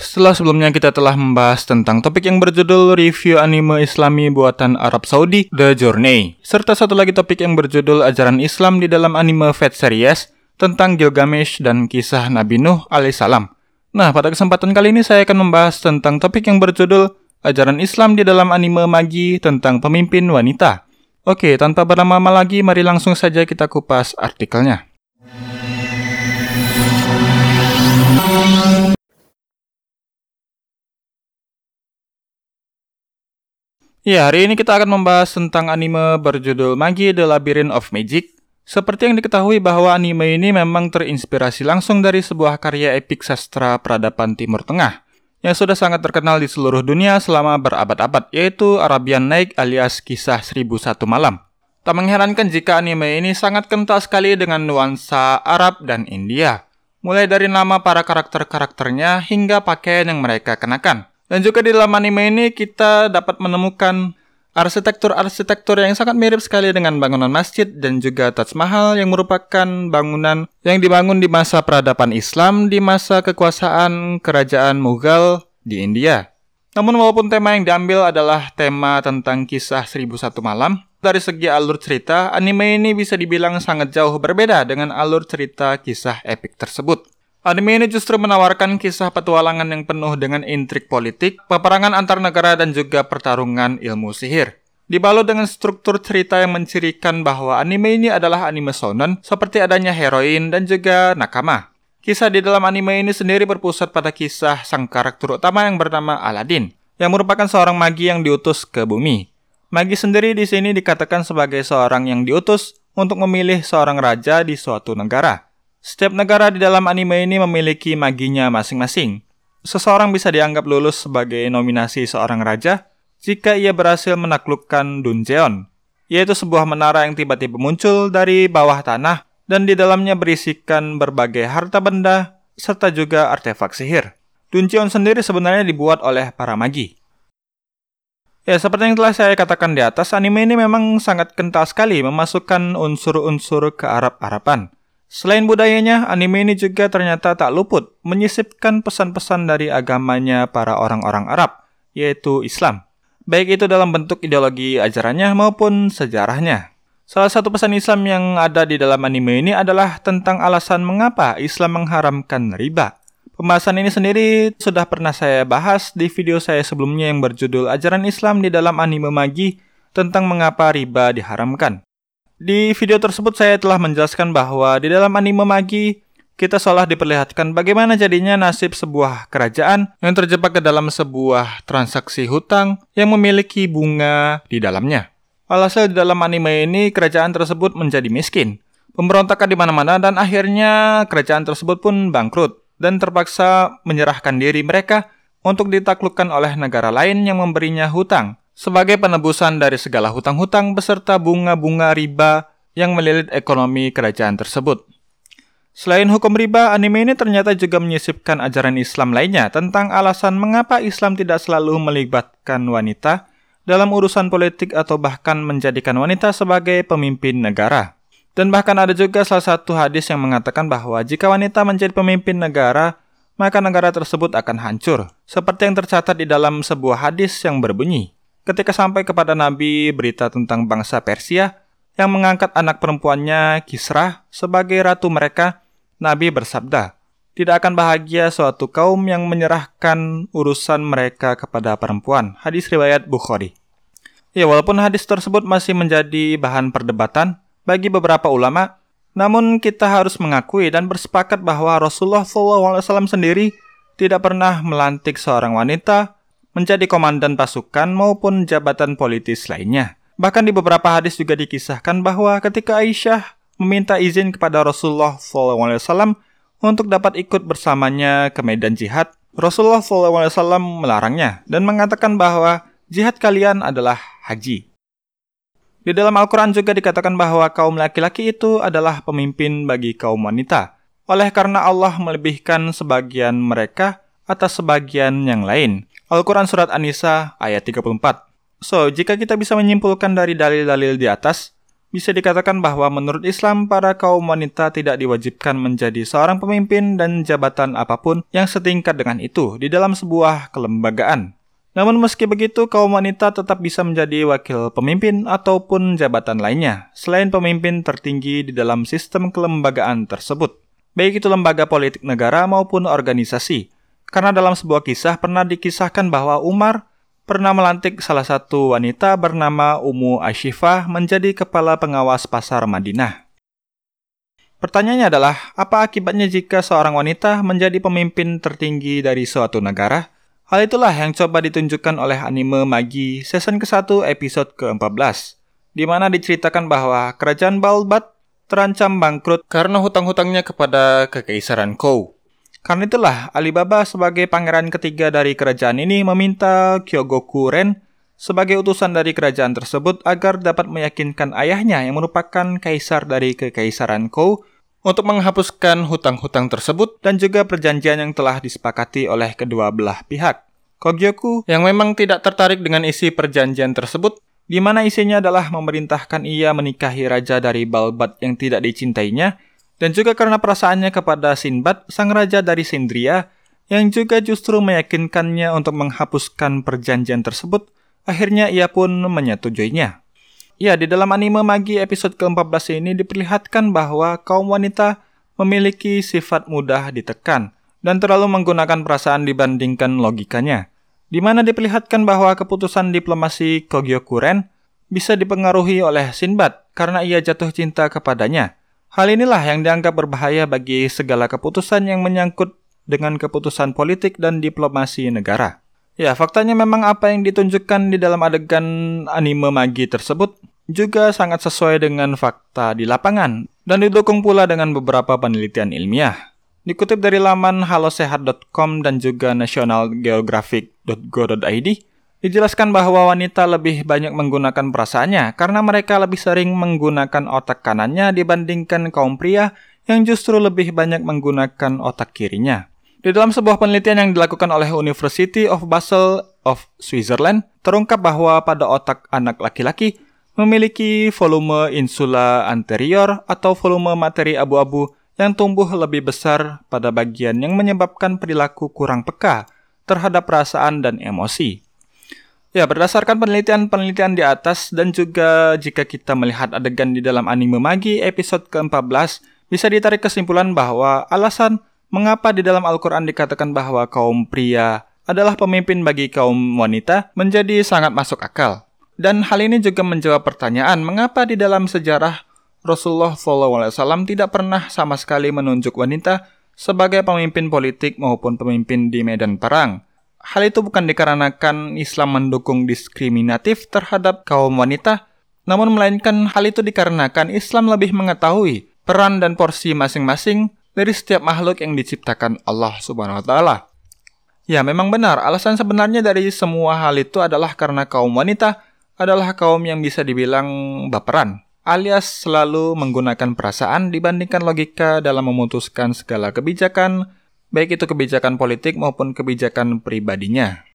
Setelah sebelumnya kita telah membahas tentang topik yang berjudul review anime Islami buatan Arab Saudi, The Journey, serta satu lagi topik yang berjudul ajaran Islam di dalam anime Fate Series tentang Gilgamesh dan kisah Nabi Nuh alaihissalam. Nah, pada kesempatan kali ini saya akan membahas tentang topik yang berjudul ajaran Islam di dalam anime Magi tentang pemimpin wanita. Oke, tanpa berlama-lama lagi, mari langsung saja kita kupas artikelnya. Ya, hari ini kita akan membahas tentang anime berjudul Magi The Labyrinth of Magic. Seperti yang diketahui bahwa anime ini memang terinspirasi langsung dari sebuah karya epik sastra peradaban Timur Tengah yang sudah sangat terkenal di seluruh dunia selama berabad-abad, yaitu Arabian Nights alias Kisah 1001 Malam. Tak mengherankan jika anime ini sangat kental sekali dengan nuansa Arab dan India, mulai dari nama para karakter-karakternya hingga pakaian yang mereka kenakan. Dan juga di dalam anime ini kita dapat menemukan arsitektur-arsitektur yang sangat mirip sekali dengan bangunan masjid dan juga Taj Mahal yang merupakan bangunan yang dibangun di masa peradaban Islam di masa kekuasaan kerajaan Mughal di India. Namun walaupun tema yang diambil adalah tema tentang kisah 1001 malam, dari segi alur cerita, anime ini bisa dibilang sangat jauh berbeda dengan alur cerita kisah epik tersebut. Anime ini justru menawarkan kisah petualangan yang penuh dengan intrik politik, peperangan antar negara dan juga pertarungan ilmu sihir. Dibalut dengan struktur cerita yang mencirikan bahwa anime ini adalah anime shonen, seperti adanya heroin dan juga nakama. Kisah di dalam anime ini sendiri berpusat pada kisah sang karakter utama yang bernama Aladdin, yang merupakan seorang magi yang diutus ke bumi. Magi sendiri di sini dikatakan sebagai seorang yang diutus untuk memilih seorang raja di suatu negara. Setiap negara di dalam anime ini memiliki maginya masing-masing. Seseorang bisa dianggap lulus sebagai nominasi seorang raja jika ia berhasil menaklukkan Dungeon, yaitu sebuah menara yang tiba-tiba muncul dari bawah tanah dan di dalamnya berisikan berbagai harta benda serta juga artefak sihir. Dungeon sendiri sebenarnya dibuat oleh para magi. Ya, seperti yang telah saya katakan di atas, anime ini memang sangat kental sekali memasukkan unsur-unsur kearab-araban. Selain budayanya, anime ini juga ternyata tak luput menyisipkan pesan-pesan dari agamanya para orang-orang Arab, yaitu Islam. Baik itu dalam bentuk ideologi ajarannya maupun sejarahnya. Salah satu pesan Islam yang ada di dalam anime ini adalah tentang alasan mengapa Islam mengharamkan riba. Pembahasan ini sendiri sudah pernah saya bahas di video saya sebelumnya yang berjudul Ajaran Islam di dalam Anime Magi tentang mengapa riba diharamkan. Di video tersebut saya telah menjelaskan bahwa di dalam anime Magi, kita seolah diperlihatkan bagaimana jadinya nasib sebuah kerajaan yang terjebak ke dalam sebuah transaksi hutang yang memiliki bunga di dalamnya. Alhasil di dalam anime ini, kerajaan tersebut menjadi miskin. Pemberontakan di mana-mana dan akhirnya kerajaan tersebut pun bangkrut dan terpaksa menyerahkan diri mereka untuk ditaklukkan oleh negara lain yang memberinya hutang sebagai penebusan dari segala hutang-hutang beserta bunga-bunga riba yang melilit ekonomi kerajaan tersebut. Selain hukum riba, anime ini ternyata juga menyisipkan ajaran Islam lainnya tentang alasan mengapa Islam tidak selalu melibatkan wanita dalam urusan politik atau bahkan menjadikan wanita sebagai pemimpin negara. Dan bahkan ada juga salah satu hadis yang mengatakan bahwa jika wanita menjadi pemimpin negara, maka negara tersebut akan hancur. Seperti yang tercatat di dalam sebuah hadis yang berbunyi, ketika sampai kepada Nabi berita tentang bangsa Persia yang mengangkat anak perempuannya Kisra sebagai ratu mereka, Nabi bersabda, tidak akan bahagia suatu kaum yang menyerahkan urusan mereka kepada perempuan. Hadis riwayat Bukhari. Ya, walaupun hadis tersebut masih menjadi bahan perdebatan bagi beberapa ulama, namun kita harus mengakui dan bersepakat bahwa Rasulullah SAW sendiri tidak pernah melantik seorang wanita menjadi komandan pasukan maupun jabatan politis lainnya. Bahkan di beberapa hadis juga dikisahkan bahwa ketika Aisyah meminta izin kepada Rasulullah SAW untuk dapat ikut bersamanya ke medan jihad, Rasulullah SAW melarangnya dan mengatakan bahwa jihad kalian adalah haji. Di dalam Al-Quran juga dikatakan bahwa kaum laki-laki itu adalah pemimpin bagi kaum wanita, oleh karena Allah melebihkan sebagian mereka atas sebagian yang lain. Al-Quran Surat An-Nisa ayat 34. So, jika kita bisa menyimpulkan dari dalil-dalil di atas, Bisa dikatakan bahwa menurut Islam, para kaum wanita tidak diwajibkan menjadi seorang pemimpin dan jabatan apapun yang setingkat dengan itu di dalam sebuah kelembagaan. Namun meski begitu, kaum wanita tetap bisa menjadi wakil pemimpin ataupun jabatan lainnya, selain pemimpin tertinggi di dalam sistem kelembagaan tersebut, baik itu lembaga politik negara maupun organisasi. Karena dalam sebuah kisah pernah dikisahkan bahwa Umar pernah melantik salah satu wanita bernama Ummu Asyifah menjadi kepala pengawas pasar Madinah. Pertanyaannya adalah, apa akibatnya jika seorang wanita menjadi pemimpin tertinggi dari suatu negara? Hal itulah yang coba ditunjukkan oleh anime Magi season ke-1 episode ke-14, di mana diceritakan bahwa kerajaan Balbat terancam bangkrut karena hutang-hutangnya kepada Kekaisaran Kou. Karena itulah, Alibaba sebagai pangeran ketiga dari kerajaan ini meminta Kyogoku Ren sebagai utusan dari kerajaan tersebut agar dapat meyakinkan ayahnya yang merupakan kaisar dari Kekaisaran Kou untuk menghapuskan hutang-hutang tersebut dan juga perjanjian yang telah disepakati oleh kedua belah pihak. Kogyoku yang memang tidak tertarik dengan isi perjanjian tersebut, di mana isinya adalah memerintahkan ia menikahi raja dari Balbat yang tidak dicintainya, dan juga karena perasaannya kepada Sinbad, sang raja dari Sindria, yang juga justru meyakinkannya untuk menghapuskan perjanjian tersebut, akhirnya ia pun menyetujuinya. Ya, di dalam anime Magi episode ke-14 ini diperlihatkan bahwa kaum wanita memiliki sifat mudah ditekan dan terlalu menggunakan perasaan dibandingkan logikanya, di mana diperlihatkan bahwa keputusan diplomasi Kogyoku Ren bisa dipengaruhi oleh Sinbad karena ia jatuh cinta kepadanya. Hal inilah yang dianggap berbahaya bagi segala keputusan yang menyangkut dengan keputusan politik dan diplomasi negara. Ya, faktanya memang apa yang ditunjukkan di dalam adegan anime Magi tersebut juga sangat sesuai dengan fakta di lapangan dan didukung pula dengan beberapa penelitian ilmiah. Dikutip dari laman halosehat.com dan juga nationalgeographic.go.id, dijelaskan bahwa wanita lebih banyak menggunakan perasaannya karena mereka lebih sering menggunakan otak kanannya dibandingkan kaum pria yang justru lebih banyak menggunakan otak kirinya. Di dalam sebuah penelitian yang dilakukan oleh University of Basel of Switzerland, terungkap bahwa pada otak anak laki-laki memiliki volume insula anterior atau volume materi abu-abu yang tumbuh lebih besar pada bagian yang menyebabkan perilaku kurang peka terhadap perasaan dan emosi. Ya, berdasarkan penelitian-penelitian di atas dan juga jika kita melihat adegan di dalam anime Magi episode ke-14, bisa ditarik kesimpulan bahwa alasan mengapa di dalam Al-Quran dikatakan bahwa kaum pria adalah pemimpin bagi kaum wanita menjadi sangat masuk akal. Dan hal ini juga menjawab pertanyaan mengapa di dalam sejarah Rasulullah SAW tidak pernah sama sekali menunjuk wanita sebagai pemimpin politik maupun pemimpin di medan perang. Hal itu bukan dikarenakan Islam mendukung diskriminatif terhadap kaum wanita, namun melainkan hal itu dikarenakan Islam lebih mengetahui peran dan porsi masing-masing dari setiap makhluk yang diciptakan Allah Subhanahu wa Ta'ala. Ya, memang benar, alasan sebenarnya dari semua hal itu adalah karena kaum wanita adalah kaum yang bisa dibilang baperan, alias selalu menggunakan perasaan dibandingkan logika dalam memutuskan segala kebijakan, baik itu kebijakan politik maupun kebijakan pribadinya.